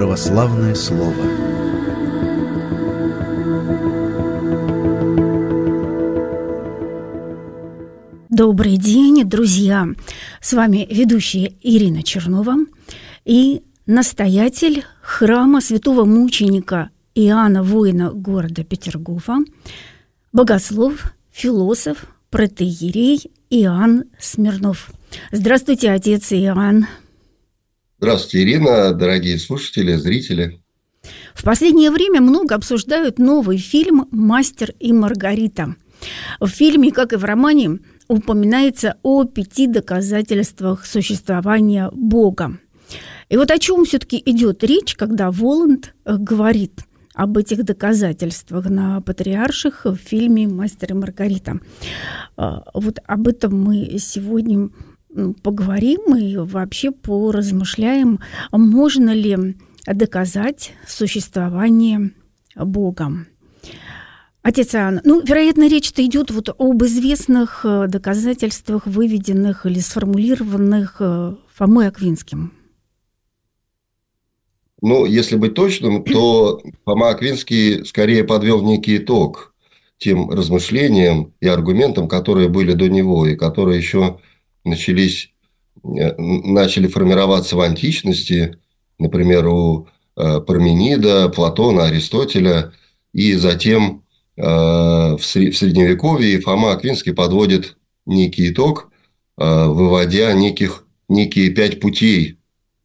Православное слово. Добрый день, друзья! С вами ведущая Ирина Чернова и настоятель храма святого мученика Иоанна Воина города Петергофа, богослов, философ, протоиерей Иоанн Смирнов. Здравствуйте, отец Иоанн. Здравствуйте, Ирина, дорогие слушатели, зрители. В последнее время много обсуждают новый фильм «Мастер и Маргарита». В фильме, как и в романе, упоминается о 5 доказательствах существования Бога. И вот о чем все-таки идет речь, когда Воланд говорит об этих доказательствах на Патриарших в фильме «Мастер и Маргарита». Вот об этом мы сегодня поговорим и вообще поразмышляем, можно ли доказать существование Бога. Отец Иоанн, вероятно, речь-то идет вот об известных доказательствах, выведенных или сформулированных Фомой Аквинским. Если быть точным, то Фома Аквинский скорее подвел некий итог тем размышлениям и аргументам, которые были до него, и которые еще начали формироваться в античности, например, у Парменида, Платона, Аристотеля, и затем в Средневековье Фома Аквинский подводит некий итог, выводя некие 5 путей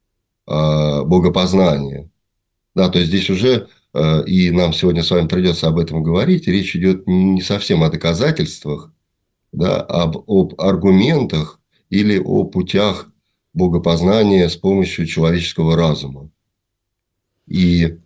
богопознания. Да, то есть здесь уже, и нам сегодня с вами придется об этом говорить, речь идет не совсем о доказательствах, да, об аргументах или о путях богопознания с помощью человеческого разума. И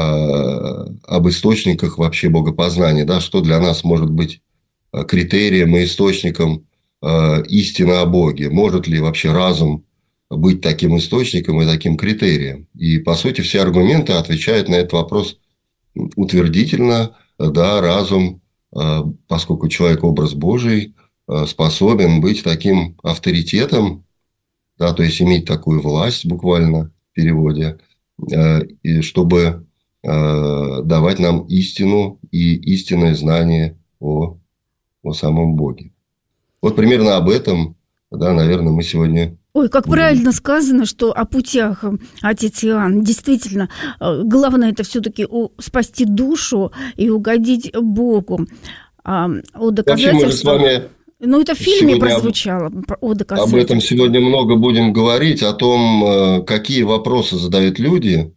об источниках вообще богопознания, да, что для нас может быть критерием и источником истины о Боге. Может ли вообще разум быть таким источником и таким критерием? И, по сути, все аргументы отвечают на этот вопрос утвердительно. Да, разум, поскольку человек образ Божий, способен быть таким авторитетом, да, то есть иметь такую власть буквально в переводе, и чтобы давать нам истину и истинное знание о самом Боге. Вот примерно об этом, да, наверное, мы сегодня... Ой, как правильно сказано, что о путях, отец Иоанн. Действительно, главное это все-таки спасти душу и угодить Богу. О доказательствах... Вообще мы же с вами... это в фильме прозвучало о доказательствах. Об этом сегодня много будем говорить, о том, какие вопросы задают люди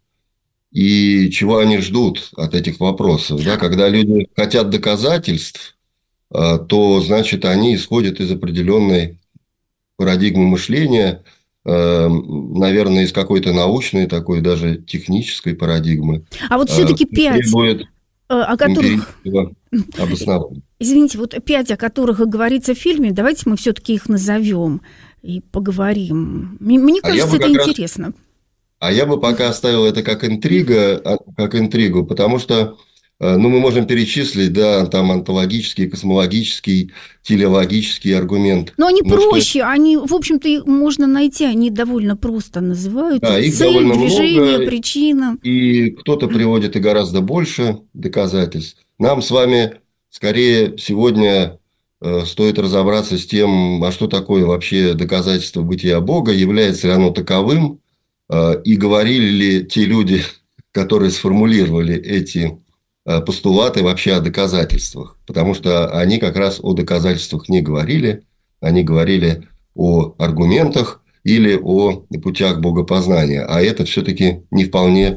и чего они ждут от этих вопросов. Да? Когда люди хотят доказательств, то, значит, они исходят из определенной парадигмы мышления, наверное, из какой-то научной, такой даже технической парадигмы. А вот все-таки 5, о которых... обоснования. Извините, вот 5, о которых говорится в фильме, давайте мы все-таки их назовем и поговорим. Мне кажется, это интересно. А я бы пока оставил это как интригу, потому что мы можем перечислить, да, там онтологический, космологический, телеологический аргумент. Но они проще, они, в общем-то, их можно найти, они довольно просто называются. Да, их цель, довольно движение, много, причина. И кто-то приводит и гораздо больше доказательств. Нам с вами скорее сегодня стоит разобраться с тем, а что такое вообще доказательство бытия Бога, является ли оно таковым, и говорили ли те люди, которые сформулировали эти постулаты вообще о доказательствах. Потому что они как раз о доказательствах не говорили. Они говорили о аргументах или о путях богопознания. А это все-таки не вполне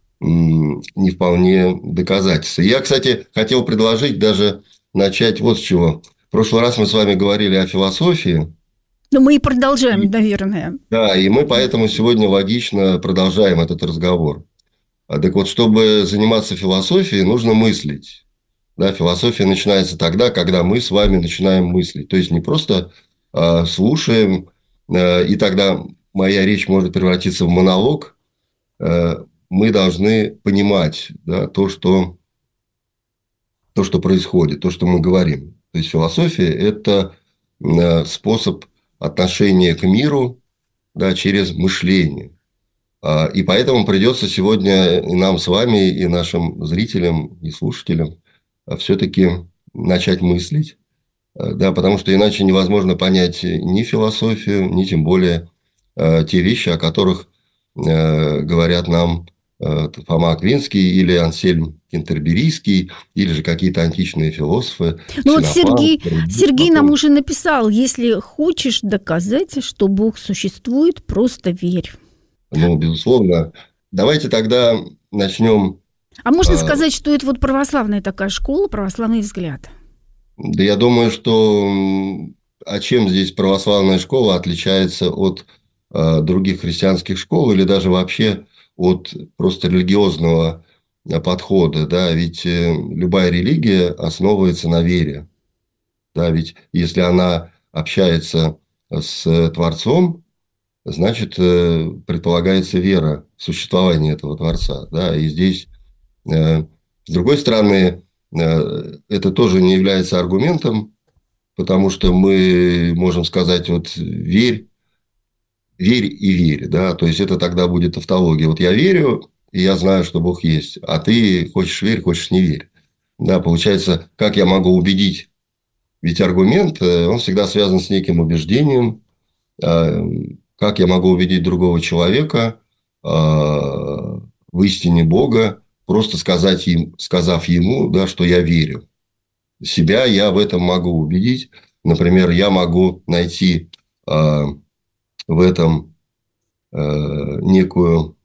доказательства. Я, кстати, хотел предложить даже начать вот с чего. В прошлый раз мы с вами говорили о философии. Но мы и продолжаем, наверное. Да, и мы поэтому сегодня логично продолжаем этот разговор. Так вот, чтобы заниматься философией, нужно мыслить. Да, философия начинается тогда, когда мы с вами начинаем мыслить. То есть, не просто слушаем, и тогда моя речь может превратиться в монолог. Мы должны понимать, да, то, что происходит, то, что мы говорим. То есть, философия – это способ отношения к миру, да, через мышление. И поэтому придется сегодня и нам с вами, и нашим зрителям, и слушателям все-таки начать мыслить, да, потому что иначе невозможно понять ни философию, ни тем более те вещи, о которых говорят нам Фома Аквинский или Ансельм Кентерберийский, или же какие-то античные философы. Ну вот Ксенофант, Сергей нам уже написал: если хочешь доказать, что Бог существует, просто верь. Ну, безусловно. Давайте тогда начнем. А можно сказать, что это вот православная такая школа, православный взгляд? Да я думаю, что а чем здесь православная школа отличается от других христианских школ или даже вообще от просто религиозного подхода, да, ведь любая религия основывается на вере, да, ведь если она общается с Творцом, значит, предполагается вера в существование этого Творца, да, и здесь, с другой стороны, это тоже не является аргументом, потому что мы можем сказать, вот, верь и верь, да, то есть, это тогда будет тавтология. Вот я верю, и я знаю, что Бог есть, а ты хочешь верь, хочешь не верь. Да, получается, как я могу убедить? Ведь аргумент, он всегда связан с неким убеждением. Как я могу убедить другого человека в истине Бога, просто сказав ему, да, что я верю. Себя я в этом могу убедить. Например, я могу найти в этом некую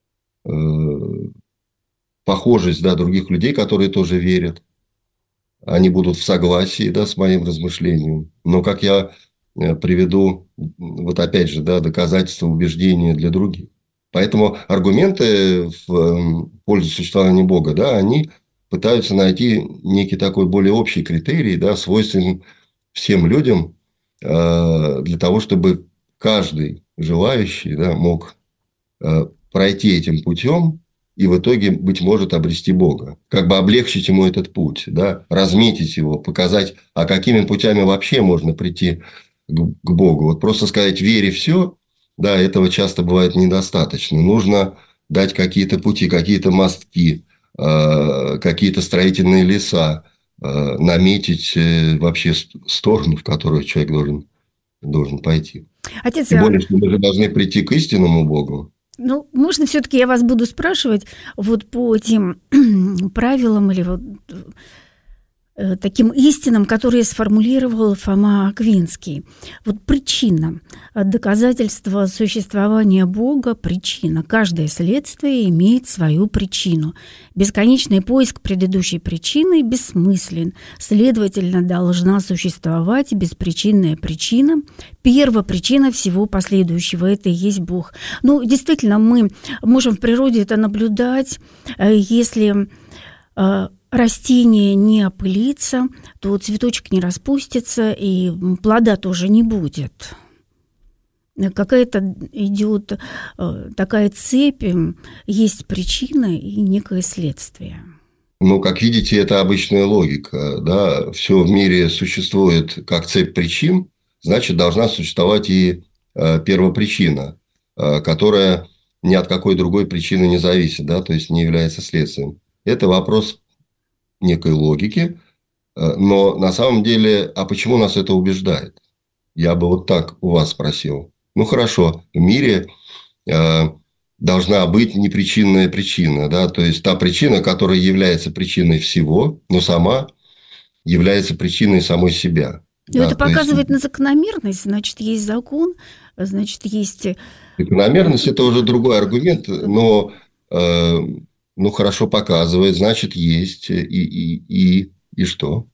похожесть, да, других людей, которые тоже верят. Они будут в согласии, да, с моим размышлением. Но как я приведу, вот опять же, да, доказательства, убеждения для других. Поэтому аргументы в пользу существования Бога, да, они пытаются найти некий такой более общий критерий, да, свойственный всем людям, для того, чтобы каждый желающий, да, мог пройти этим путем и в итоге, быть может, обрести Бога. Как бы облегчить ему этот путь, да, разметить его, показать, а какими путями вообще можно прийти к Богу. Вот просто сказать «верь» и все, да, этого часто бывает недостаточно. Нужно дать какие-то пути, какие-то мостки, какие-то строительные леса, наметить вообще сторону, в которую человек должен пойти. Отец, Тем более, что мы же должны прийти к истинному Богу. ну, можно все-таки я вас буду спрашивать вот по тем правилам или вот таким истинам, которые сформулировал Фома Аквинский. Вот причина, доказательство существования Бога – причина. Каждое следствие имеет свою причину. Бесконечный поиск предыдущей причины бессмыслен. Следовательно, должна существовать беспричинная причина. Первопричина всего последующего – это и есть Бог. Ну, действительно, мы можем в природе это наблюдать, если растение не опылится, то цветочек не распустится, и плода тоже не будет. Какая-то идет такая цепь, есть причина и некое следствие. Ну, как видите, это обычная логика. Да? Все в мире существует как цепь причин, значит, должна существовать и первопричина, которая ни от какой другой причины не зависит, да? То есть, не является следствием. Это вопрос некой логики, но на самом деле, а почему нас это убеждает? Я бы вот так у вас спросил. Ну, хорошо, в мире должна быть непричинная причина, да, то есть, та причина, которая является причиной всего, но сама является причиной самой себя. Но да, это показывает на закономерность, значит, есть закон, значит, есть... Закономерность – это уже другой аргумент, но... Ну, хорошо показывает, значит, есть. И что?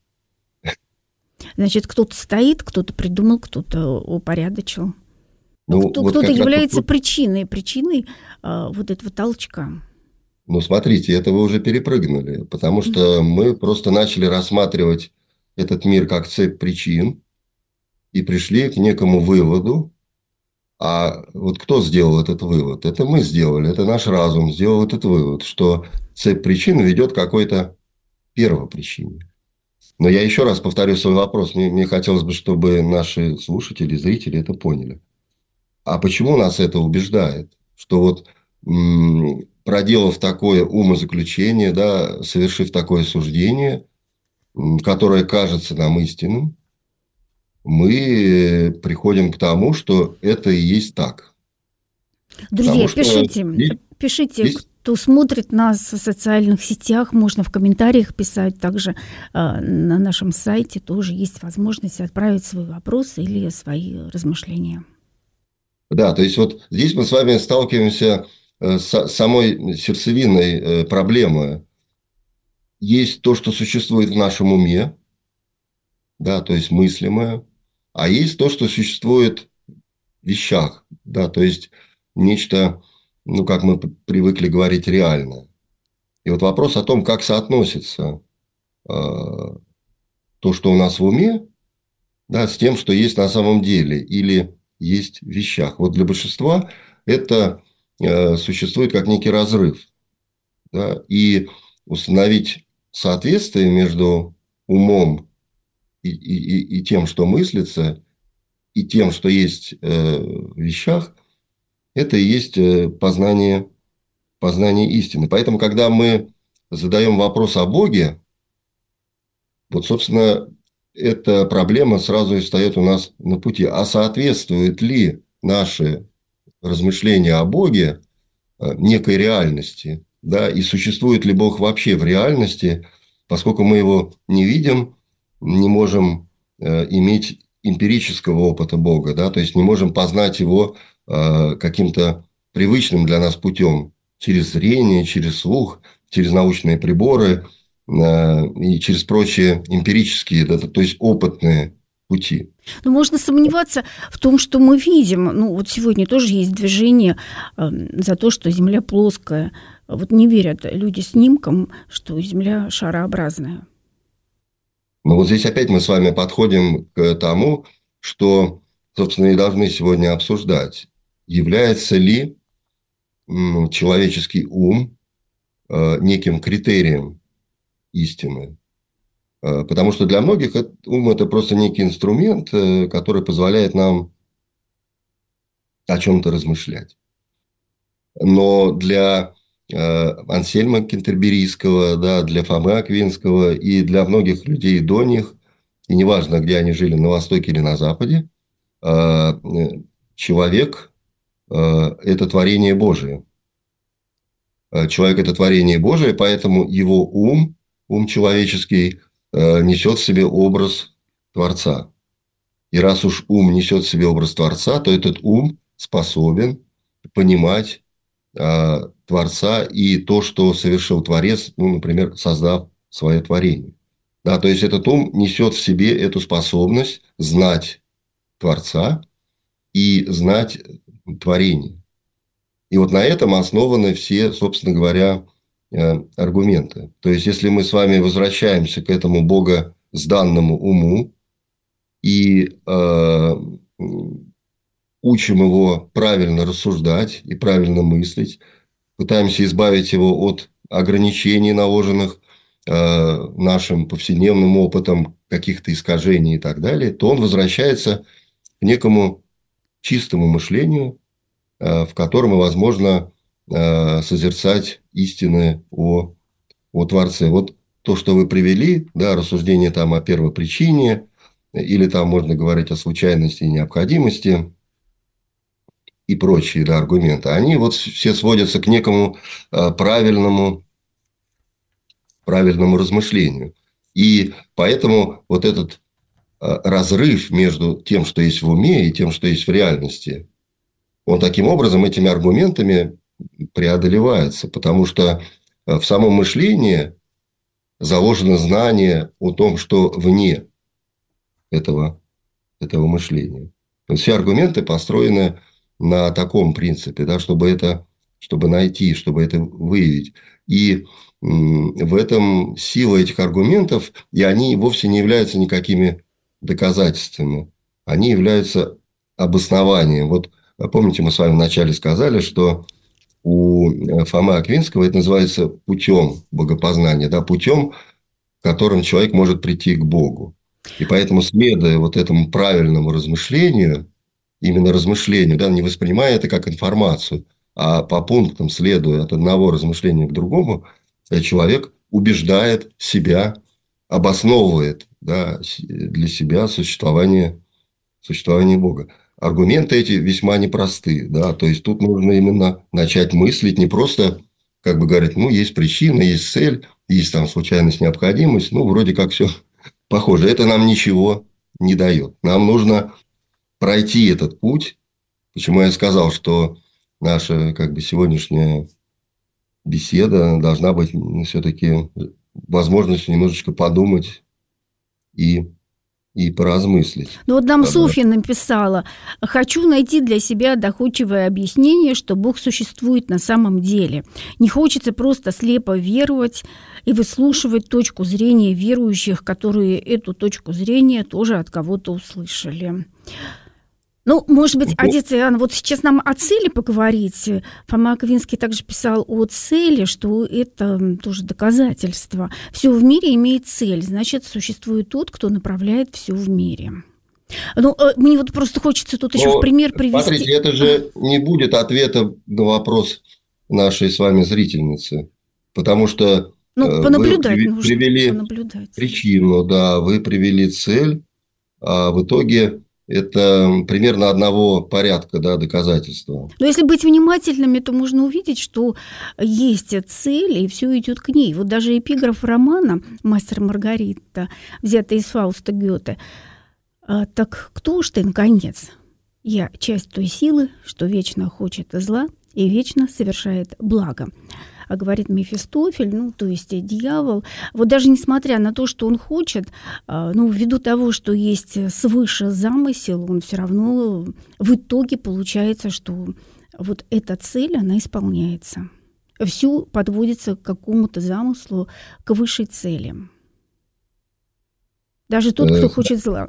Значит, кто-то стоит, кто-то придумал, кто-то упорядочил. Ну, кто-то является причиной вот этого толчка. Ну, смотрите, это вы уже перепрыгнули, потому что мы просто начали рассматривать этот мир как цепь причин и пришли к некому выводу. А вот кто сделал этот вывод? Это мы сделали, это наш разум сделал этот вывод, что цепь причин ведет к какой-то первопричине. Но я еще раз повторю свой вопрос. Мне хотелось бы, чтобы наши слушатели, зрители это поняли. А почему нас это убеждает? Что вот проделав такое умозаключение, да, совершив такое суждение, которое кажется нам истинным, мы приходим к тому, что это и есть так. Друзья, Потому что пишите, здесь кто смотрит нас в социальных сетях, можно в комментариях писать, также на нашем сайте тоже есть возможность отправить свой вопрос или свои размышления. да, то есть вот здесь мы с вами сталкиваемся с самой сердцевиной проблемы. Есть то, что существует в нашем уме, да, то есть мыслимое, а есть то, что существует в вещах, да, то есть нечто, ну, как мы привыкли говорить, реальное. И вот вопрос о том, как соотносится то, что у нас в уме, да, с тем, что есть на самом деле или есть в вещах. Вот для большинства это существует как некий разрыв. Да, и установить соответствие между умом и тем, что мыслится, и тем, что есть в вещах, это и есть познание истины. Поэтому, когда мы задаем вопрос о Боге, вот, собственно, эта проблема сразу и встает у нас на пути. А соответствуют ли наши размышления о Боге некой реальности? Да? И существует ли Бог вообще в реальности, поскольку мы его не видим, не можем иметь эмпирического опыта Бога, да? То есть не можем познать его каким-то привычным для нас путем через зрение, через слух, через научные приборы и через прочие эмпирические, да, то есть опытные пути. Но можно сомневаться в том, что мы видим. Ну, вот сегодня тоже есть движение за то, что Земля плоская. Вот не верят люди снимкам, что Земля шарообразная. Но вот здесь опять мы с вами подходим к тому, что, собственно, и должны сегодня обсуждать. Является ли человеческий ум неким критерием истины? Потому что для многих ум – это просто некий инструмент, который позволяет нам о чем-то размышлять. Но для Ансельма Кентерберийского, да, для Фомы Аквинского и для многих людей до них, и неважно, где они жили, на Востоке или на Западе, человек – это творение Божие. Человек – это творение Божие, поэтому его ум человеческий, несет в себе образ Творца. И раз уж ум несет в себе образ Творца, то этот ум способен понимать Творца и то, что совершил Творец, ну, например, создав свое творение. Да, то есть этот ум несет в себе эту способность знать Творца и знать творение. И вот на этом основаны все, собственно говоря, аргументы. То есть, если мы с вами возвращаемся к этому богозданному уму и учим его правильно рассуждать и правильно мыслить, пытаемся избавить его от ограничений, наложенных нашим повседневным опытом, каких-то искажений и так далее, то он возвращается к некому чистому мышлению, в котором возможно созерцать истины о Творце. Вот то, что вы привели, да, рассуждение там о первопричине, или там можно говорить о случайности и необходимости, и прочие, да, аргументы, они вот все сводятся к некому правильному размышлению. И поэтому вот этот разрыв между тем, что есть в уме, и тем, что есть в реальности, он таким образом этими аргументами преодолевается, потому что в самом мышлении заложено знание о том, что вне этого мышления. То есть все аргументы построены на таком принципе, да, чтобы найти, чтобы это выявить. И в этом сила этих аргументов, и они вовсе не являются никакими доказательствами. Они являются обоснованием. Вот помните, мы с вами вначале сказали, что у Фомы Аквинского это называется путем богопознания, да, путем, которым человек может прийти к Богу. И поэтому, следуя вот этому правильному размышлению, именно размышлению, да, не воспринимая это как информацию, а по пунктам, следуя от одного размышления к другому, человек убеждает себя, обосновывает, да, для себя существование Бога. Аргументы эти весьма непросты. Да? То есть, тут нужно именно начать мыслить, не просто, как бы говорить, ну, есть причина, есть цель, есть там случайность, необходимость. Ну, вроде как все похоже. Это нам ничего не дает. Нам нужно пройти этот путь. Почему я сказал, что наша как бы сегодняшняя беседа должна быть все-таки возможностью немножечко подумать и поразмыслить. Ну вот нам Да. Софья написала: «Хочу найти для себя доходчивое объяснение, что Бог существует на самом деле. Не хочется просто слепо веровать и выслушивать точку зрения верующих, которые эту точку зрения тоже от кого-то услышали». Ну, может быть, отец Иоанн, вот сейчас нам о цели поговорить. Фома Аквинский также писал о цели, что это тоже доказательство. Все в мире имеет цель, значит, существует тот, кто направляет все в мире. Ну, мне вот просто хочется тут еще в пример привести. Смотрите, это же не будет ответа на вопрос нашей с вами зрительницы, потому что понаблюдать вы нужно, привели понаблюдать. причину, да, вы привели цель, а в итоге это примерно одного порядка, да, доказательства. Но если быть внимательными, то можно увидеть, что есть цель, и все идет к ней. Вот даже эпиграф романа «Мастер и Маргарита», взятый из Фауста Гёте. «Так кто ж ты, наконец? Я часть той силы, что вечно хочет зла и вечно совершает благо». Говорит Мефистофель, ну, то есть дьявол. Вот даже несмотря на то, что он хочет, ну, ввиду того, что есть свыше замысел, он все равно в итоге получается, что вот эта цель, она исполняется. Всё подводится к какому-то замыслу, к высшей цели. Даже тот, кто хочет зла.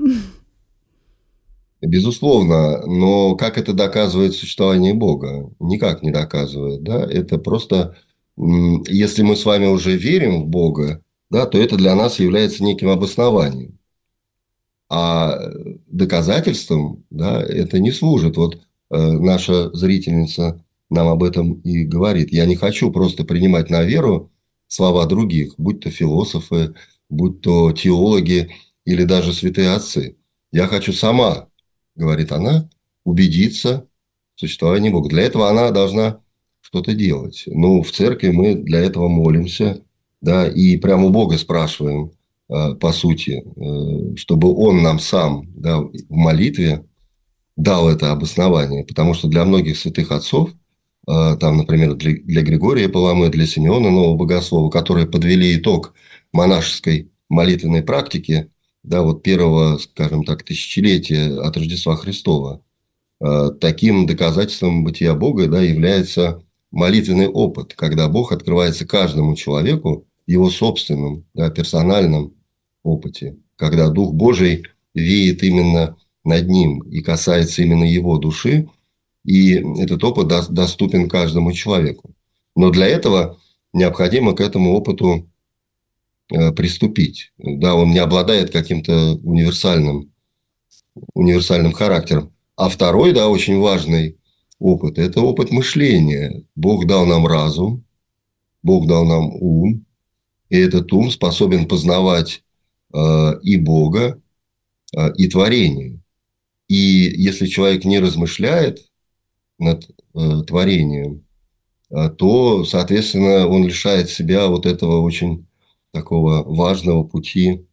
Безусловно, но как это доказывает существование Бога? Никак не доказывает, да? Это просто... Если мы с вами уже верим в Бога, да, то это для нас является неким обоснованием. А доказательством, да, это не служит. Вот наша зрительница нам об этом и говорит. Я не хочу просто принимать на веру слова других, будь то философы, будь то теологи или даже святые отцы. Я хочу сама, говорит она, убедиться в существовании Бога. Для этого она должна что-то делать. Ну, в церкви мы для этого молимся, да, и прямо у Бога спрашиваем, по сути, чтобы Он нам сам, да, в молитве дал это обоснование. Потому что для многих святых отцов, там, например, для Григория Паламы, для Симеона Нового Богослова, которые подвели итог монашеской молитвенной практики, да, вот первого, скажем так, тысячелетия от Рождества Христова, таким доказательством бытия Бога, да, является молитвенный опыт, когда Бог открывается каждому человеку в его собственном, да, персональном опыте, когда Дух Божий веет именно над ним и касается именно его души, и этот опыт доступен каждому человеку. Но для этого необходимо к этому опыту приступить. Да, он не обладает каким-то универсальным характером. А второй, да, очень важный опыт – это опыт мышления. Бог дал нам разум, Бог дал нам ум, и этот ум способен познавать и Бога, и творение. И если человек не размышляет над творением, то, соответственно, он лишает себя вот этого очень такого важного пути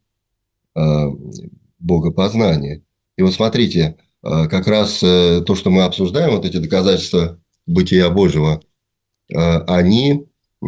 богопознания. И вот смотрите, как раз то, что мы обсуждаем, вот эти доказательства бытия Божьего, они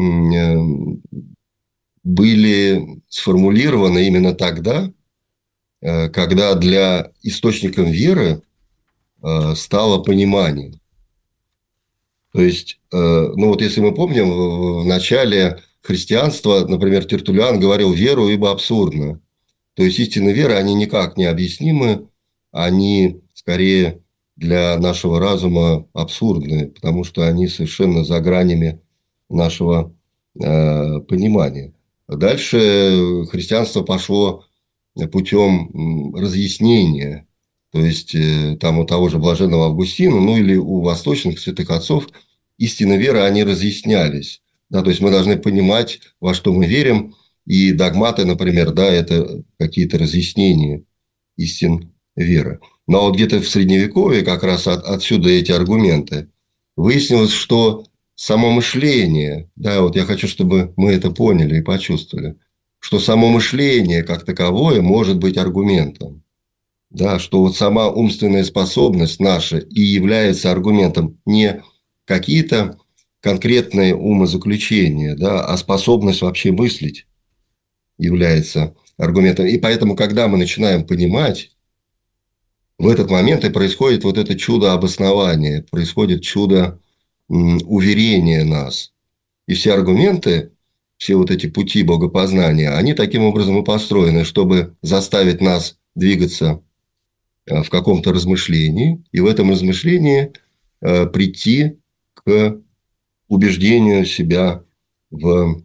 были сформулированы именно тогда, когда для источником веры стало понимание. То есть, ну вот если мы помним, в начале христианства, например, Тертуллиан говорил: «Веру, ибо абсурдно». То есть, истины веры, они никак не объяснимы, они скорее для нашего разума абсурдны, потому что они совершенно за гранями нашего понимания. Дальше христианство пошло путем разъяснения. То есть, там у того же блаженного Августина, ну или у восточных святых отцов истины веры, они разъяснялись. Да, то есть мы должны понимать, во что мы верим. И догматы, например, да, это какие-то разъяснения истин веры. Но вот где-то в Средневековье как раз отсюда эти аргументы. Выяснилось, что само мышление, да, вот я хочу, чтобы мы это поняли и почувствовали, что само мышление как таковое может быть аргументом. Да, что вот сама умственная способность наша и является аргументом, не какие-то конкретные умозаключения, да, а способность вообще мыслить является аргументом. И поэтому, когда мы начинаем понимать, в этот момент и происходит вот это чудо обоснования, происходит чудо уверения нас. И все аргументы, все вот эти пути богопознания, они таким образом и построены, чтобы заставить нас двигаться в каком-то размышлении, и в этом размышлении прийти к убеждению себя в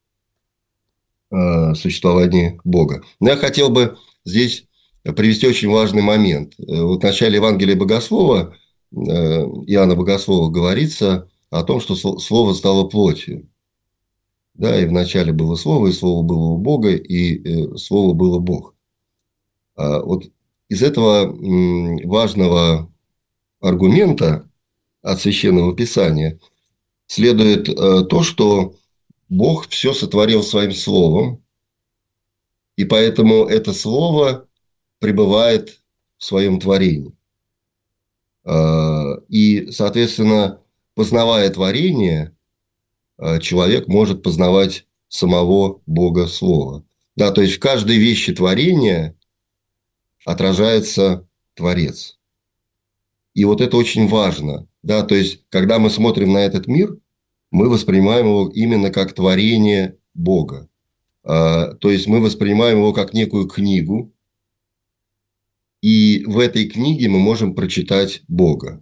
существовании Бога. Но я хотел бы здесь привести очень важный момент. Вот в начале Евангелия Богослова, Иоанна Богослова, говорится о том, что Слово стало плотью. Да, и вначале было Слово, и Слово было у Бога, и Слово было Бог. Вот из этого важного аргумента от Священного Писания следует то, что Бог все сотворил своим Словом, и поэтому это Слово пребывает в своем творении. И, соответственно, познавая творение, человек может познавать самого Бога Слова. Да, то есть в каждой вещи творения отражается Творец. И вот это очень важно. Да, то есть, когда мы смотрим на этот мир, мы воспринимаем его именно как творение Бога. То есть, мы воспринимаем его как некую книгу, и в этой книге мы можем прочитать Бога.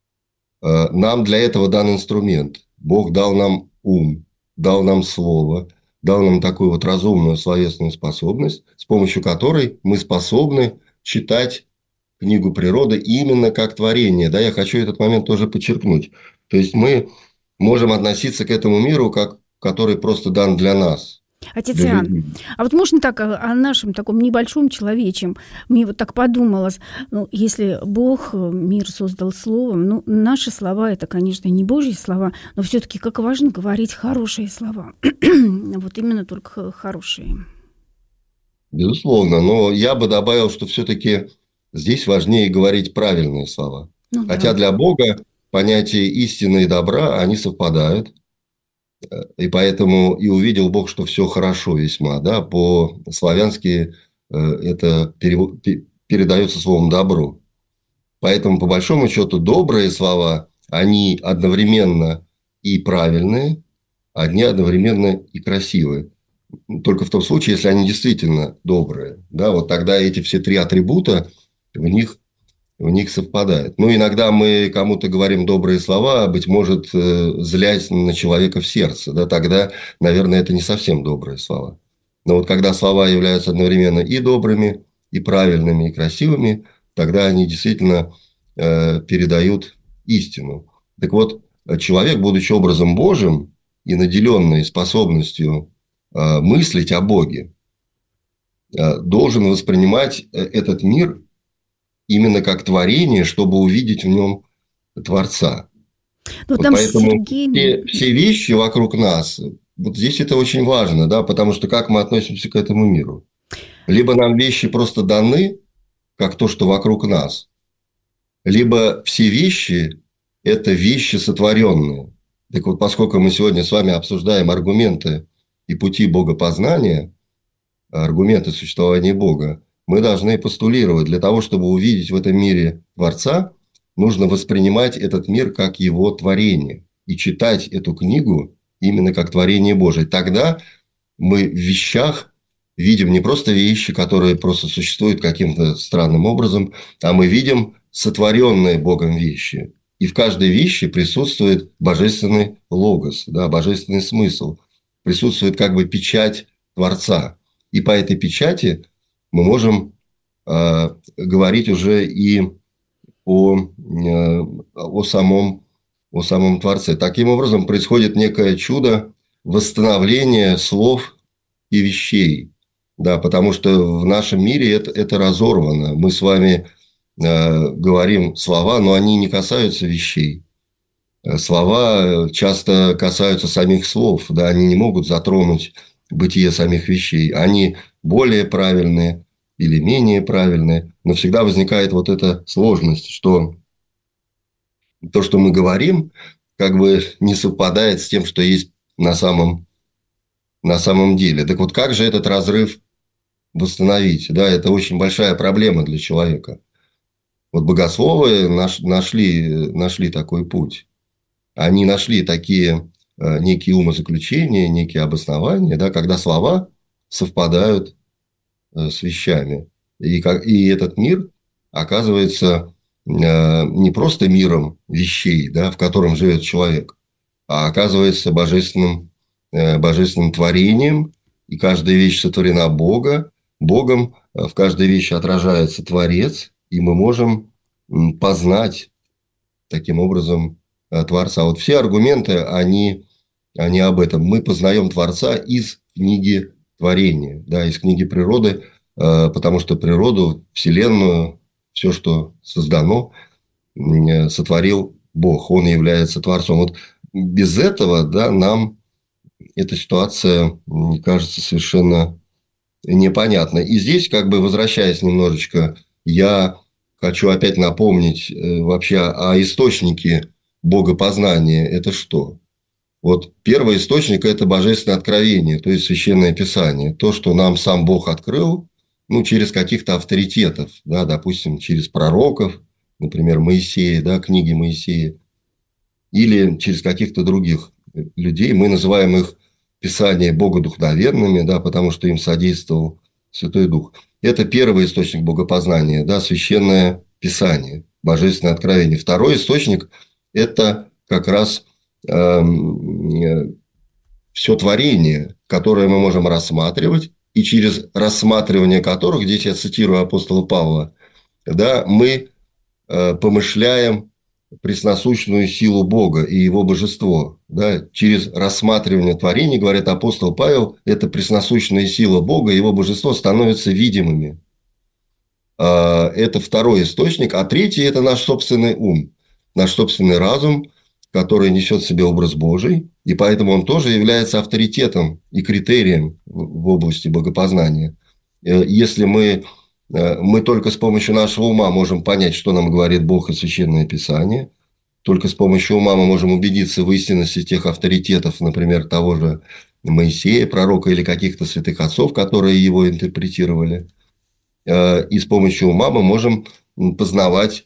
Нам для этого дан инструмент. Бог дал нам ум, дал нам слово, дал нам такую вот разумную словесную способность, с помощью которой мы способны читать книгу природы именно как творение. Да, я хочу этот момент тоже подчеркнуть. То есть, мы можем относиться к этому миру, как, который просто дан для нас. Отец Иоанн, а вот можно так о нашем таком небольшом человечем? Мне вот так подумалось, если Бог мир создал словом, наши слова – это, конечно, не Божьи слова, но все-таки как важно говорить хорошие слова. Вот именно только хорошие. Безусловно, но я бы добавил, что все-таки здесь важнее говорить правильные слова. Хотя для Бога понятия истины и добра, они совпадают. И поэтому и увидел Бог, что все хорошо весьма. Да? По-славянски это передается словом «добро». Поэтому, по большому счету, добрые слова, они одновременно и правильные, они одновременно и красивые. Только в том случае, если они действительно добрые. Да? Вот тогда эти все три атрибута в них совпадает. Иногда мы кому-то говорим добрые слова, быть может, злясь на человека в сердце. Да, тогда, наверное, это не совсем добрые слова. Но вот когда слова являются одновременно и добрыми, и правильными, и красивыми, тогда они действительно передают истину. Так вот, человек, будучи образом Божьим и наделенный способностью мыслить о Боге, должен воспринимать этот мир именно как творение, чтобы увидеть в нем Творца. Вот поэтому все вещи вокруг нас, вот здесь это очень важно, да, потому что как мы относимся к этому миру. Либо нам вещи просто даны, как то, что вокруг нас, либо все вещи – это вещи сотворенные. Так вот, поскольку мы сегодня с вами обсуждаем аргументы и пути богопознания, аргументы существования Бога, мы должны постулировать, для того, чтобы увидеть в этом мире Творца, нужно воспринимать этот мир как его творение и читать эту книгу именно как творение Божие. Тогда мы в вещах видим не просто вещи, которые просто существуют каким-то странным образом, а мы видим сотворенные Богом вещи. И в каждой вещи присутствует божественный логос, да, божественный смысл. Присутствует как бы печать Творца. И по этой печати мы можем говорить уже и о самом о самом Творце. Таким образом, происходит некое чудо восстановления слов и вещей. Да, потому что в нашем мире это разорвано. Мы с вами говорим слова, но они не касаются вещей. Слова часто касаются самих слов. Да, они не могут затронуть бытие самих вещей. Они более правильные или менее правильные. Но всегда возникает вот эта сложность, что то, что мы говорим, как бы не совпадает с тем, что есть на самом деле. Так вот, как же этот разрыв восстановить? Да, это очень большая проблема для человека. Вот богословы нашли такой путь. Они нашли такие некие умозаключения, некие обоснования, да, когда слова совпадают с вещами. И этот мир оказывается не просто миром вещей, да, в котором живет человек, а оказывается божественным творением, и каждая вещь сотворена Богом, в каждой вещи отражается Творец, и мы можем познать таким образом Творца. Вот все аргументы, они об этом. Мы познаем Творца из книги творения, да, из книги природы, потому что природу, Вселенную, все, что создано, сотворил Бог. Он является Творцом. Вот без этого, да, нам эта ситуация кажется совершенно непонятной. И здесь, как бы возвращаясь немножечко, я хочу опять напомнить вообще о источнике богопознания. Это что? Вот первый источник – это божественное откровение, то есть Священное Писание. То, что нам сам Бог открыл, через каких-то авторитетов, да, допустим, через пророков, например, Моисея, да, книги Моисея, или через каких-то других людей. Мы называем их Писания богодухновенными, да, потому что им содействовал Святой Дух. Это первый источник богопознания, да, Священное Писание, Божественное откровение. Второй источник – это как раз все творение, которое мы можем рассматривать, и через рассматривание которых, здесь я цитирую апостола Павла, да, мы помышляем пресносущную силу Бога и Его божество. Да, через рассматривание творений, говорит апостол Павел, эта пресносущная сила Бога и Его божество становятся видимыми. Это второй источник. А третий – это наш собственный ум, наш собственный разум, который несет в себе образ Божий, и поэтому он тоже является авторитетом и критерием в области богопознания. Если мы только с помощью нашего ума можем понять, что нам говорит Бог и Священное Писание, только с помощью ума мы можем убедиться в истинности тех авторитетов, например, того же Моисея, пророка или каких-то святых отцов, которые его интерпретировали. И с помощью ума мы можем познавать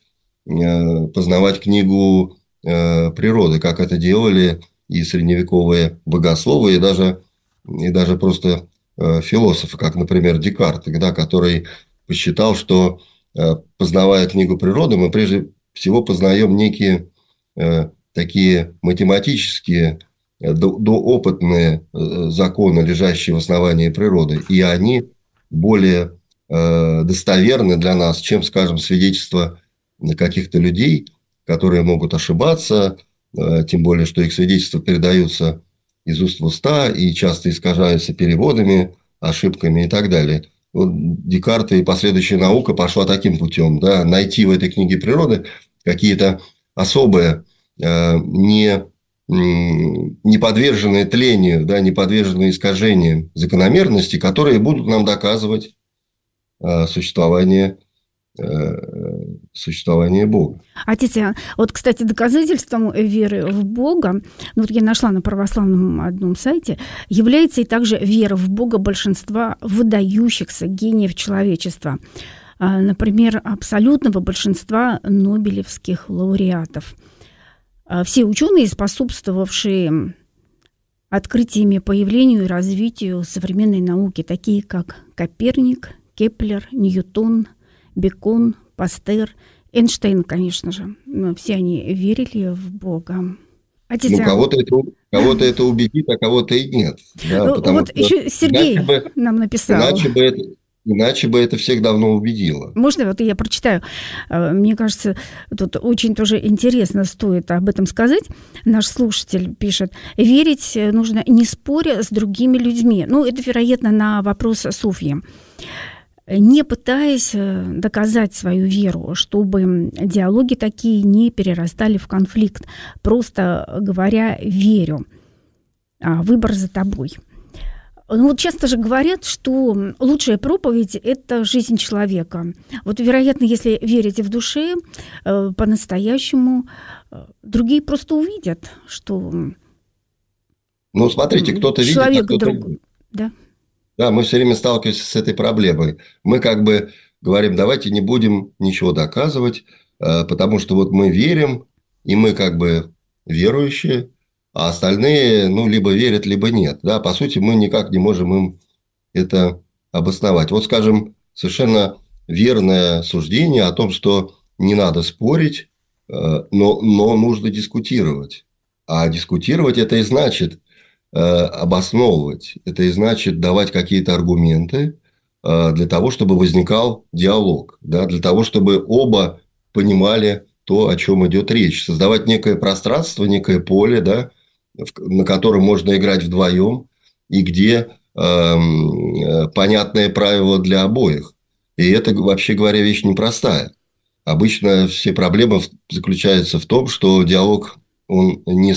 книгу природы, как это делали и средневековые богословы, и даже просто философы, как, например, Декарт, да, который посчитал, что, познавая книгу природы, мы прежде всего познаем некие такие математические, доопытные законы, лежащие в основании природы, и они более достоверны для нас, чем, скажем, свидетельства каких-то людей, которые могут ошибаться, тем более, что их свидетельства передаются из уст в уста и часто искажаются переводами, ошибками и так далее. Вот Декарта и последующая наука пошла таким путем, да, найти в этой книге природы какие-то особые, не подверженные тлению, да, не подверженные искажениям закономерности, которые будут нам доказывать существование Бога. Отец Иоанн, вот, кстати, доказательством веры в Бога, вот я нашла на православном одном сайте, является и также вера в Бога большинства выдающихся гениев человечества. Например, абсолютного большинства нобелевских лауреатов. Все ученые, способствовавшие открытиями, появлению и развитию современной науки, такие как Коперник, Кеплер, Ньютон, Бекон, Пастер, Эйнштейн, конечно же. Все они верили в Бога. Кого-то это убедит, а кого-то и нет. Да, вот еще Сергей нам написал. Иначе бы это всех давно убедило. Можно вот я прочитаю? Мне кажется, тут очень тоже интересно стоит об этом сказать. Наш слушатель пишет: верить нужно не споря с другими людьми. Ну, это, вероятно, на вопрос Софьи. Не пытаясь доказать свою веру, чтобы диалоги такие не перерастали в конфликт, просто говоря «верю», а выбор за тобой. Ну вот часто же говорят, что лучшая проповедь – это жизнь человека. Вот, вероятно, если верите в душе, по-настоящему, другие просто увидят, что Ну, смотрите, кто-то видит, а человек кто-то друг. нет. Да? Да, мы все время сталкиваемся с этой проблемой. Мы как бы говорим, давайте не будем ничего доказывать, потому что вот мы верим, и мы как бы верующие, а остальные, ну, либо верят, либо нет. Да, по сути, мы никак не можем им это обосновать. Вот, скажем, совершенно верное суждение о том, что не надо спорить, но нужно дискутировать. А дискутировать это и значит обосновывать. Это и значит давать какие-то аргументы для того, чтобы возникал диалог, да, для того, чтобы оба понимали то, о чем идет речь. Создавать некое пространство, некое поле, да, на котором можно играть вдвоем, и где понятные правила для обоих. И это, вообще говоря, вещь непростая. Обычно все проблемы заключаются в том, что диалог он не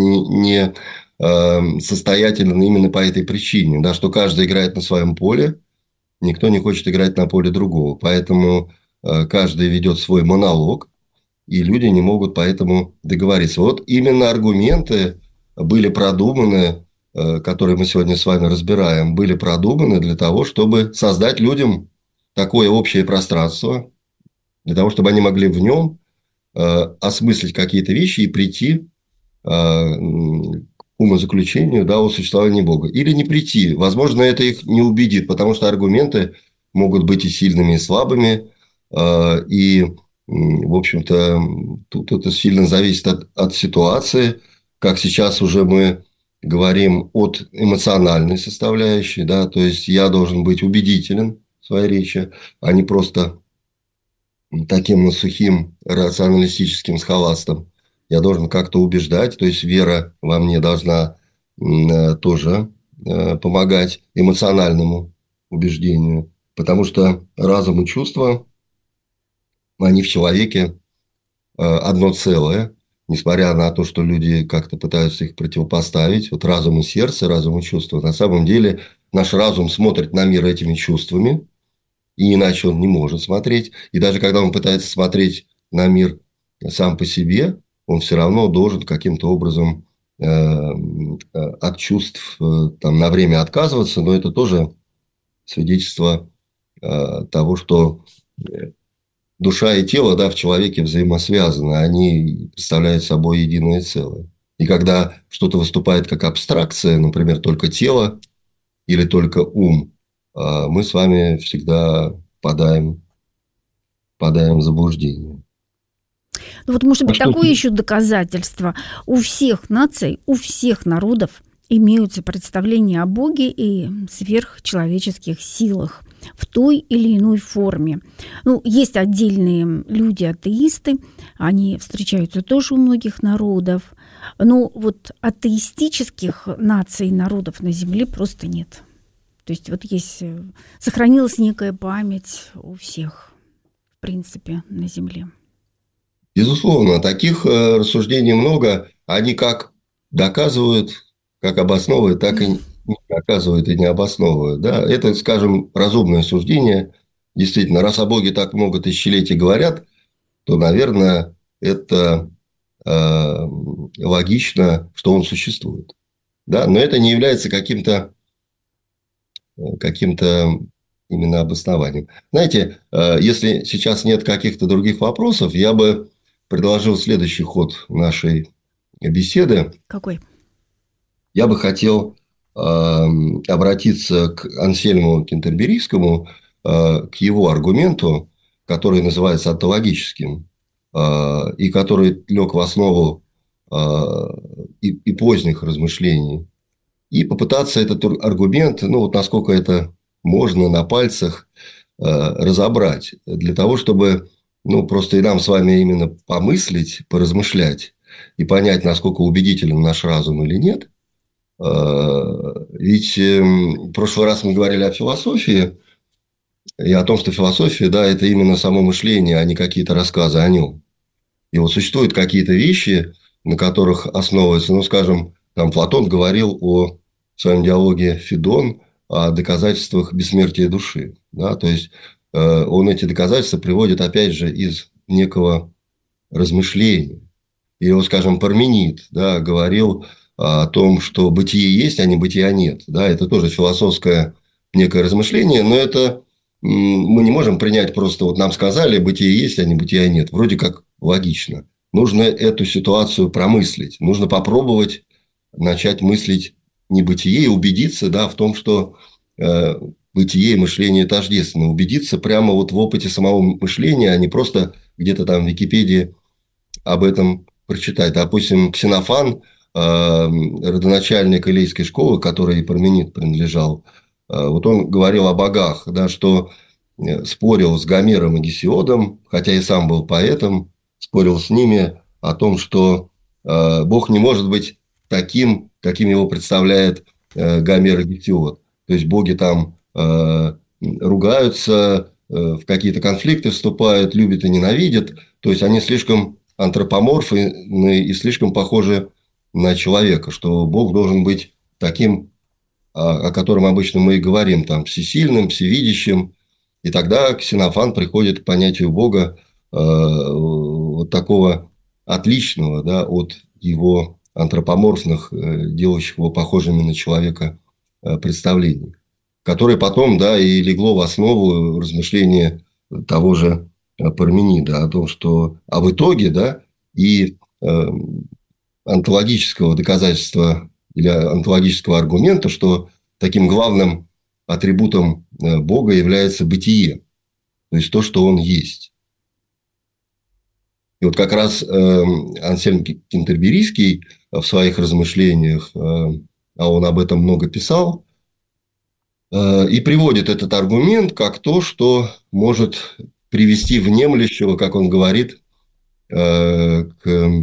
состоятельен именно по этой причине, да, что каждый играет на своем поле, никто не хочет играть на поле другого. Поэтому каждый ведет свой монолог, и люди не могут поэтому договориться. Вот именно аргументы были продуманы, которые мы сегодня с вами разбираем, были продуманы для того, чтобы создать людям такое общее пространство, для того, чтобы они могли в нем осмыслить какие-то вещи и прийти к умозаключению, да, о существовании Бога. Или не прийти. Возможно, это их не убедит, потому что аргументы могут быть и сильными, и слабыми. И, в общем-то, тут это сильно зависит от ситуации. Как сейчас уже мы говорим от эмоциональной составляющей. Да, то есть, я должен быть убедителен в своей речи, а не просто таким сухим рационалистическим схоластом. Я должен как-то убеждать, то есть вера во мне должна тоже помогать эмоциональному убеждению, потому что разум и чувства, они в человеке одно целое, несмотря на то, что люди как-то пытаются их противопоставить. Вот разум и сердце, разум и чувства. На самом деле наш разум смотрит на мир этими чувствами, и иначе он не может смотреть. И даже когда он пытается смотреть на мир сам по себе, он все равно должен каким-то образом от чувств там, на время отказываться. Но это тоже свидетельство того, что душа и тело, да, в человеке взаимосвязаны. Они представляют собой единое целое. И когда что-то выступает как абстракция, например, только тело или только ум, мы с вами всегда впадаем в заблуждение. Ну вот, может быть, такое еще доказательство. У всех наций, у всех народов имеются представления о Боге и сверхчеловеческих силах в той или иной форме. Ну, есть отдельные люди-атеисты, они встречаются тоже у многих народов, но вот атеистических наций и народов на Земле просто нет. То есть вот есть, сохранилась некая память у всех, в принципе, на Земле. Безусловно, таких рассуждений много. Они как доказывают, как обосновывают, так и не доказывают и не обосновывают. Да? Это, скажем, разумное суждение. Действительно, раз о Боге так много тысячелетий говорят, то, наверное, это логично, что он существует. Да? Но это не является каким-то именно обоснованием. Знаете, если сейчас нет каких-то других вопросов, я бы предложил следующий ход нашей беседы. Какой? Я бы хотел обратиться к Ансельму Кентерберийскому, к его аргументу, который называется онтологическим, и который лег в основу и поздних размышлений, и попытаться этот аргумент, ну вот насколько это можно на пальцах разобрать. Для того, чтобы просто и нам с вами именно помыслить, поразмышлять и понять, насколько убедителен наш разум или нет. Ведь в прошлый раз мы говорили о философии и о том, что философия, да, это именно само мышление, а не какие-то рассказы о нем. И вот существуют какие-то вещи, на которых основывается, скажем, там Платон говорил в своем диалоге «Федон» о доказательствах бессмертия души. Да? То есть, он эти доказательства приводит, опять же, из некого размышления. И вот, скажем, Парменид, да, говорил о том, что бытие есть, а не бытия нет. Да? Это тоже философское некое размышление, но это мы не можем принять просто нам сказали, бытие есть, а не бытия нет. Вроде как логично. Нужно эту ситуацию промыслить. Нужно попробовать начать мыслить небытие и убедиться, да, в том, что бытие и мышление тождественно. Убедиться прямо в опыте самого мышления, а не просто где-то там в Википедии об этом прочитать. Допустим, Ксенофан, родоначальник Элейской школы, которой Парменид принадлежал, он говорил о богах, да, что спорил с Гомером и Гесиодом, хотя и сам был поэтом, спорил с ними о том, что Бог не может быть таким, каким его представляет Гомер и Гесиод. То есть, боги там ругаются, в какие-то конфликты вступают, любят и ненавидят. То есть, они слишком антропоморфны и слишком похожи на человека, что Бог должен быть таким, о котором обычно мы и говорим, там, всесильным, всевидящим. И тогда Ксенофан приходит к понятию Бога вот такого отличного, да, от его антропоморфных, делающих его похожими на человека представлений, которое потом, да, и легло в основу размышления того же Парменида о том, что в итоге, да, и онтологического доказательства или онтологического аргумента, что таким главным атрибутом Бога является бытие, то есть то, что он есть. И вот как раз Ансельм Кентерберийский в своих размышлениях, а он об этом много писал, и приводит этот аргумент как то, что может привести внемлющего, как он говорит, к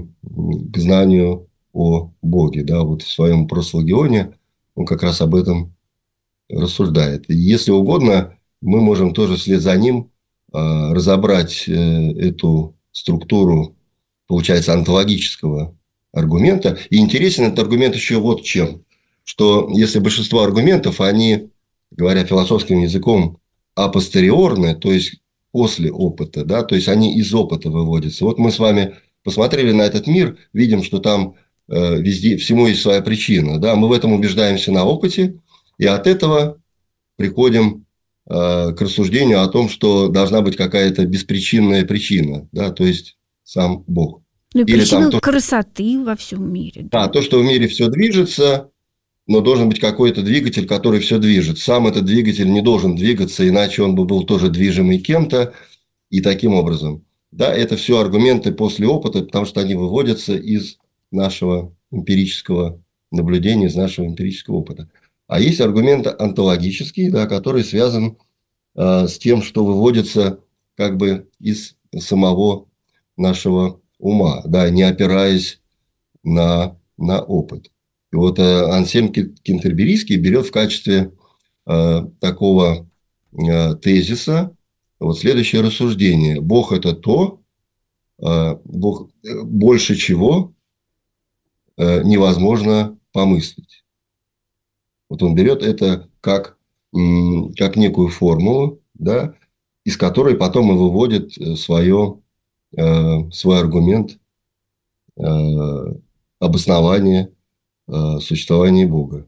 знанию о Боге. Да, вот в своем просвогионе он как раз об этом рассуждает. И если угодно, мы можем тоже вслед за ним разобрать эту структуру, получается, онтологического аргумента. И интересен этот аргумент еще вот чем. Что если большинство аргументов, они, говоря философским языком, апостериорны, то есть после опыта, да, то есть они из опыта выводятся. Вот мы с вами посмотрели на этот мир, видим, что там везде, всему есть своя причина. Да? Мы в этом убеждаемся на опыте, и от этого приходим к рассуждению о том, что должна быть какая-то беспричинная причина, да, то есть сам Бог. Ну, и причина красоты во всем мире. Да, то, что в мире все движется, но должен быть какой-то двигатель, который все движет. Сам этот двигатель не должен двигаться, иначе он бы был тоже движимый кем-то. И таким образом. Да, это все аргументы после опыта, потому что они выводятся из нашего эмпирического наблюдения, из нашего эмпирического опыта. А есть аргумент онтологический, да, который связан с тем, что выводится как бы из самого нашего ума, да, не опираясь на опыт. И вот Ансельм Кентерберийский берет в качестве такого тезиса вот следующее рассуждение. Бог – это то, Бог, больше чего невозможно помыслить. Вот он берет это как некую формулу, да, из которой потом и выводит свой аргумент обоснования существования Бога.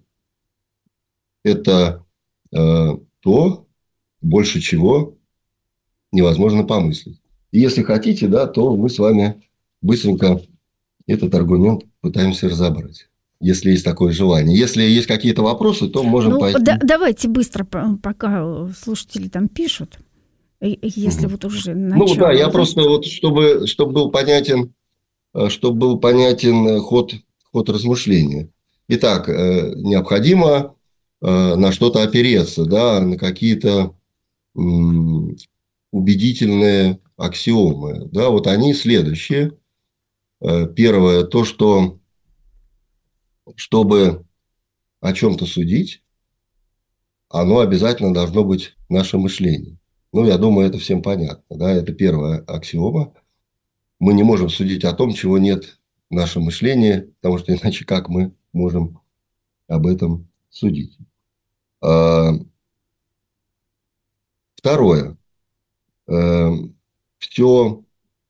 Это то, больше чего невозможно помыслить. И если хотите, да, то мы с вами быстренько этот аргумент пытаемся разобрать, если есть такое желание. Если есть какие-то вопросы, то можем пойти. Давайте быстро, пока слушатели там пишут, если вот уже начало. Ну да, я просто вот, чтобы был понятен ход размышления. Итак, необходимо на что-то опереться, да, на какие-то убедительные аксиомы. Да, вот они следующие. Первое, то, что чтобы о чем-то судить, оно обязательно должно быть наше мышление. Ну, я думаю, это всем понятно. Да? Это первая аксиома. Мы не можем судить о том, чего нет в нашем мышлении, потому что иначе как мы можем об этом судить. Второе. Все,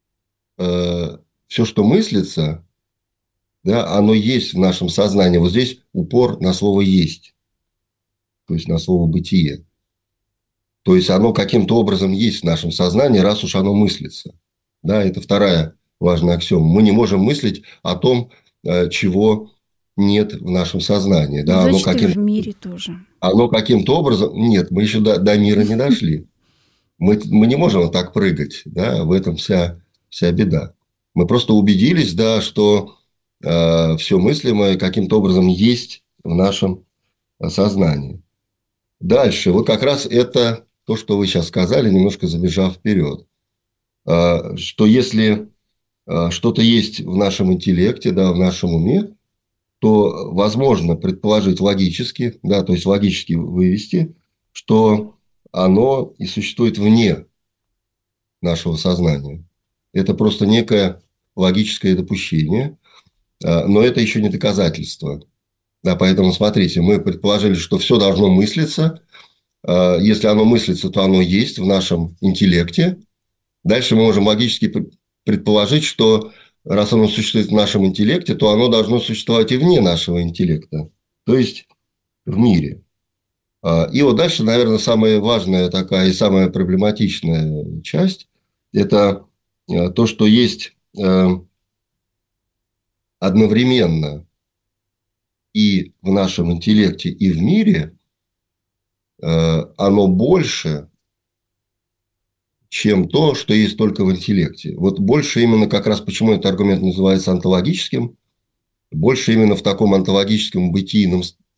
что мыслится, да, оно есть в нашем сознании. Вот здесь упор на слово «есть», то есть на слово «бытие». То есть, оно каким-то образом есть в нашем сознании, раз уж оно мыслится. Да, это вторая важная аксиома. Мы не можем мыслить о том, чего нет в нашем сознании. Да, Значит, и в мире тоже. Оно каким-то образом... Нет, мы еще до мира не дошли. Мы не можем вот так прыгать. Да, в этом вся беда. Мы просто убедились, да, что все мыслимое каким-то образом есть в нашем сознании. Дальше. Вот как раз это то, что вы сейчас сказали, немножко забежав вперед. Что если что-то есть в нашем интеллекте, да, в нашем уме, то возможно предположить логически, да, то есть логически вывести, что оно и существует вне нашего сознания. Это просто некое логическое допущение, но это еще не доказательство. Да, поэтому, смотрите, мы предположили, что все должно мыслиться. Если оно мыслится, то оно есть в нашем интеллекте. Дальше мы можем логически предположить, что раз оно существует в нашем интеллекте, то оно должно существовать и вне нашего интеллекта, то есть в мире. И вот дальше, наверное, самая важная такая и самая проблематичная часть – это то, что есть одновременно и в нашем интеллекте, и в мире, оно больше, чем то, что есть только в интеллекте. Вот больше именно как раз почему этот аргумент называется онтологическим, больше именно в таком онтологическом бытийном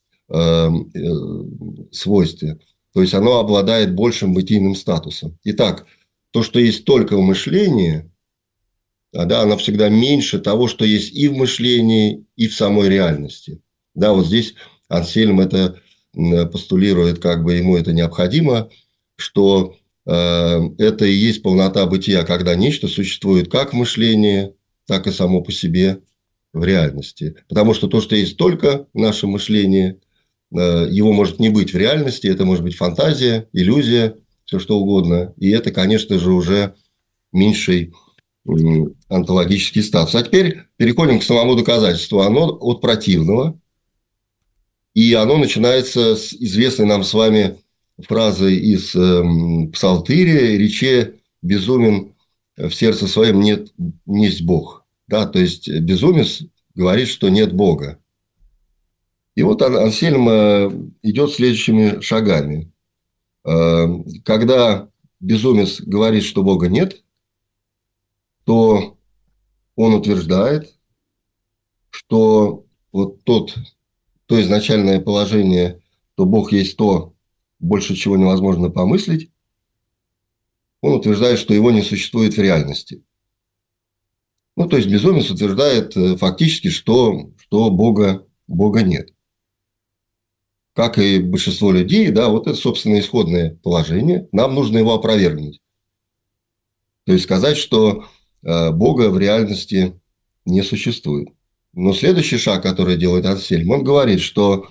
свойстве. То есть, оно обладает большим бытийным статусом. Итак, то, что есть только в мышлении, да, оно всегда меньше того, что есть и в мышлении, и в самой реальности. Да, вот здесь Ансельм это постулирует, как бы ему это необходимо, что это и есть полнота бытия, когда нечто существует как в мышлении, так и само по себе в реальности. Потому что то, что есть только в нашем мышлении, его может не быть в реальности, это может быть фантазия, иллюзия, все что угодно. И это, конечно же, уже меньший онтологический статус. А теперь переходим к самому доказательству. Оно от противного. И оно начинается с известной нам с вами фразы из Псалтыря: «Рече безумен в сердце своем нет, несть Бог». Да, то есть, безумец говорит, что нет Бога. И вот Ансельм идет следующими шагами. Когда безумец говорит, что Бога нет, то он утверждает, что вот то изначальное положение, что Бог есть то, больше чего невозможно помыслить, он утверждает, что его не существует в реальности. Ну, то есть, безумец утверждает фактически, что Бога нет. Как и большинство людей, да, вот это, собственно, исходное положение. Нам нужно его опровергнуть. То есть, сказать, что Бога в реальности не существует. Но следующий шаг, который делает Ансельм, он говорит, что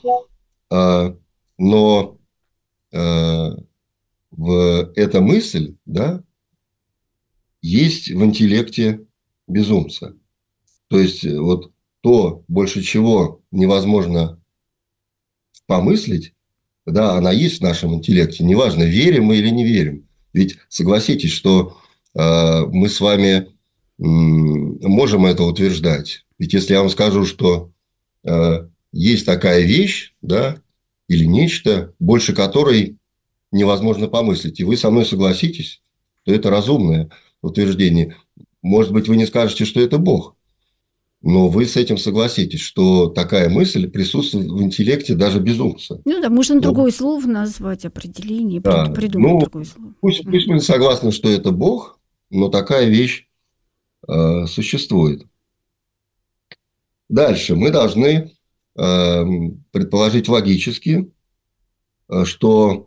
эта мысль, да, есть в интеллекте безумца. То есть, вот то, больше чего невозможно помыслить, да, она есть в нашем интеллекте. Неважно, верим мы или не верим. Ведь согласитесь, что мы с вами можем это утверждать. Ведь если я вам скажу, что есть такая вещь, да, или нечто, больше которой невозможно помыслить, и вы со мной согласитесь, то это разумное утверждение. Может быть, вы не скажете, что это Бог. Но вы с этим согласитесь, что такая мысль присутствует в интеллекте даже безумца. Ну да, можно другое слово назвать, определение, Да, придумать другое слово. пусть мы согласны, что это Бог, но такая вещь существует. Дальше мы должны предположить логически, что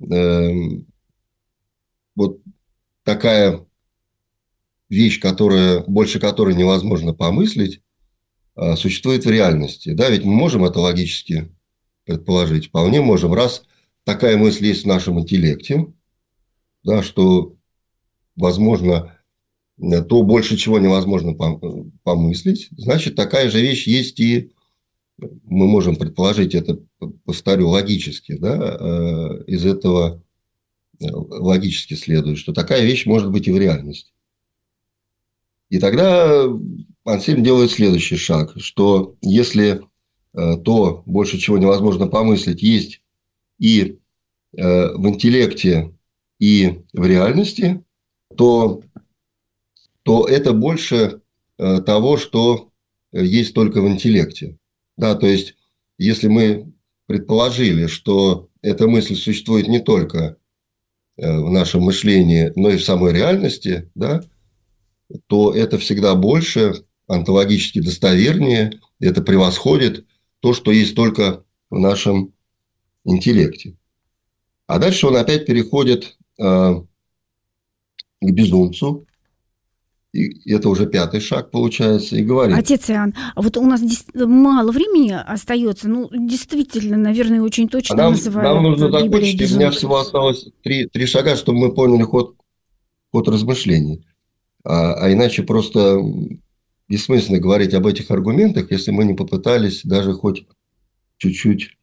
вот такая вещь, больше которой невозможно помыслить, существует в реальности. Да, ведь мы можем это логически предположить. Вполне можем. Раз такая мысль есть в нашем интеллекте, да, что возможно то больше чего невозможно помыслить, значит, такая же вещь есть и мы можем предположить это, повторю, логически. Да, из этого логически следует, что такая вещь может быть и в реальности. И тогда Ансельм делает следующий шаг, что если то, больше чего невозможно помыслить, есть и в интеллекте, и в реальности, то это больше того, что есть только в интеллекте. Да, то есть, если мы предположили, что эта мысль существует не только в нашем мышлении, но и в самой реальности, да, то это всегда больше, онтологически достовернее, это превосходит то, что есть только в нашем интеллекте. А дальше он опять переходит к безумцу, и это уже 5-й шаг получается, и говорит. Отец Иоанн, а вот у нас мало времени остается, действительно, наверное, очень точно называют. Нам нужно закончить, у меня всего осталось 3 шага, чтобы мы поняли ход размышлений. А иначе просто бессмысленно говорить об этих аргументах, если мы не попытались даже хоть чуть-чуть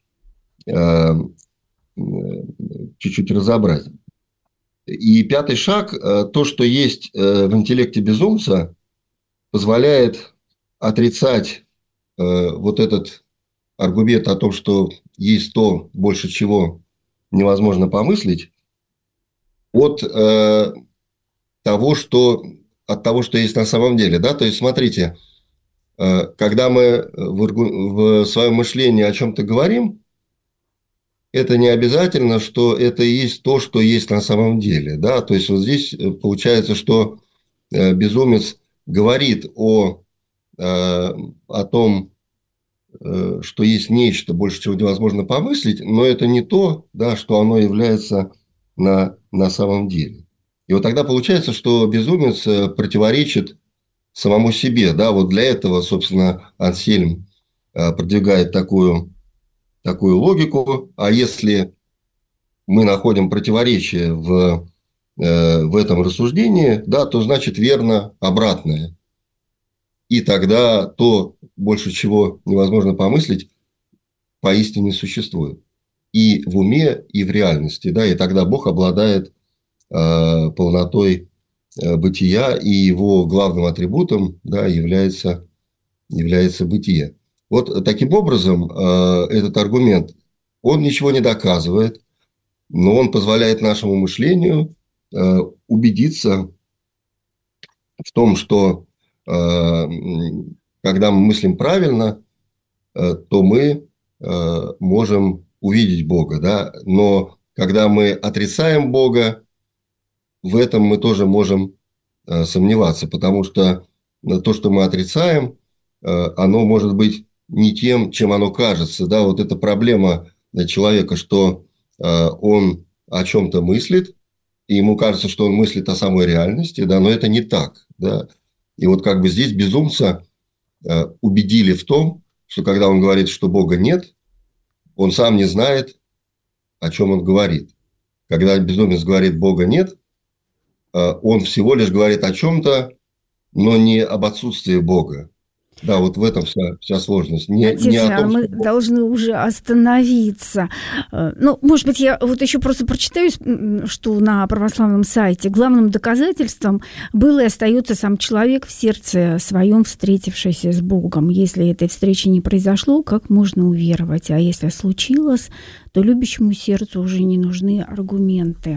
разобрать. И 5-й шаг, то, что есть в интеллекте безумца, позволяет отрицать вот этот аргумент о том, что есть то, больше чего невозможно помыслить, от того, что есть на самом деле. Да? То есть, смотрите, когда мы в своем мышлении о чем-то говорим, это не обязательно, что это и есть то, что есть на самом деле. Да? То есть, вот здесь получается, что безумец говорит о том, что есть нечто, больше чего невозможно помыслить, но это не то, да, что оно является на самом деле. И вот тогда получается, что безумец противоречит самому себе. Да? Вот для этого, собственно, Ансельм продвигает такую логику. А если мы находим противоречие в этом рассуждении, да, то значит верно обратное. И тогда то, больше чего невозможно помыслить, поистине существует. И в уме, и в реальности. Да? И тогда Бог обладает полнотой бытия, и его главным атрибутом, да, является бытие. Вот таким образом этот аргумент, он ничего не доказывает, но он позволяет нашему мышлению убедиться в том, что когда мы мыслим правильно, то мы можем увидеть Бога. Да? Но когда мы отрицаем Бога, в этом мы тоже можем сомневаться, потому что то, что мы отрицаем, оно может быть не тем, чем оно кажется. Да? Вот это проблема человека, что он о чем-то мыслит, и ему кажется, что он мыслит о самой реальности, да? Но это не так. Да? И вот как бы здесь безумца убедили в том, что когда он говорит, что Бога нет, он сам не знает, о чем он говорит. Когда безумец говорит «Бога нет», он всего лишь говорит о чем-то, но не об отсутствии Бога. Да, вот в этом вся сложность. Отец Иоанн, мы должны уже остановиться. Может быть, я вот еще просто прочитаю, что на православном сайте главным доказательством был и остается сам человек в сердце своем, встретившийся с Богом. Если этой встречи не произошло, как можно уверовать? А если случилось, то любящему сердцу уже не нужны аргументы.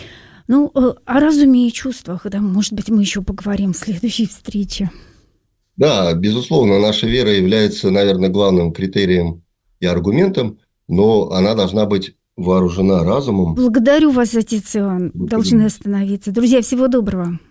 О разуме и чувствах, да, может быть, мы еще поговорим в следующей встрече. Да, безусловно, наша вера является, наверное, главным критерием и аргументом, но она должна быть вооружена разумом. Благодарю вас, отец Иоанн. Должны остановиться. Друзья, всего доброго.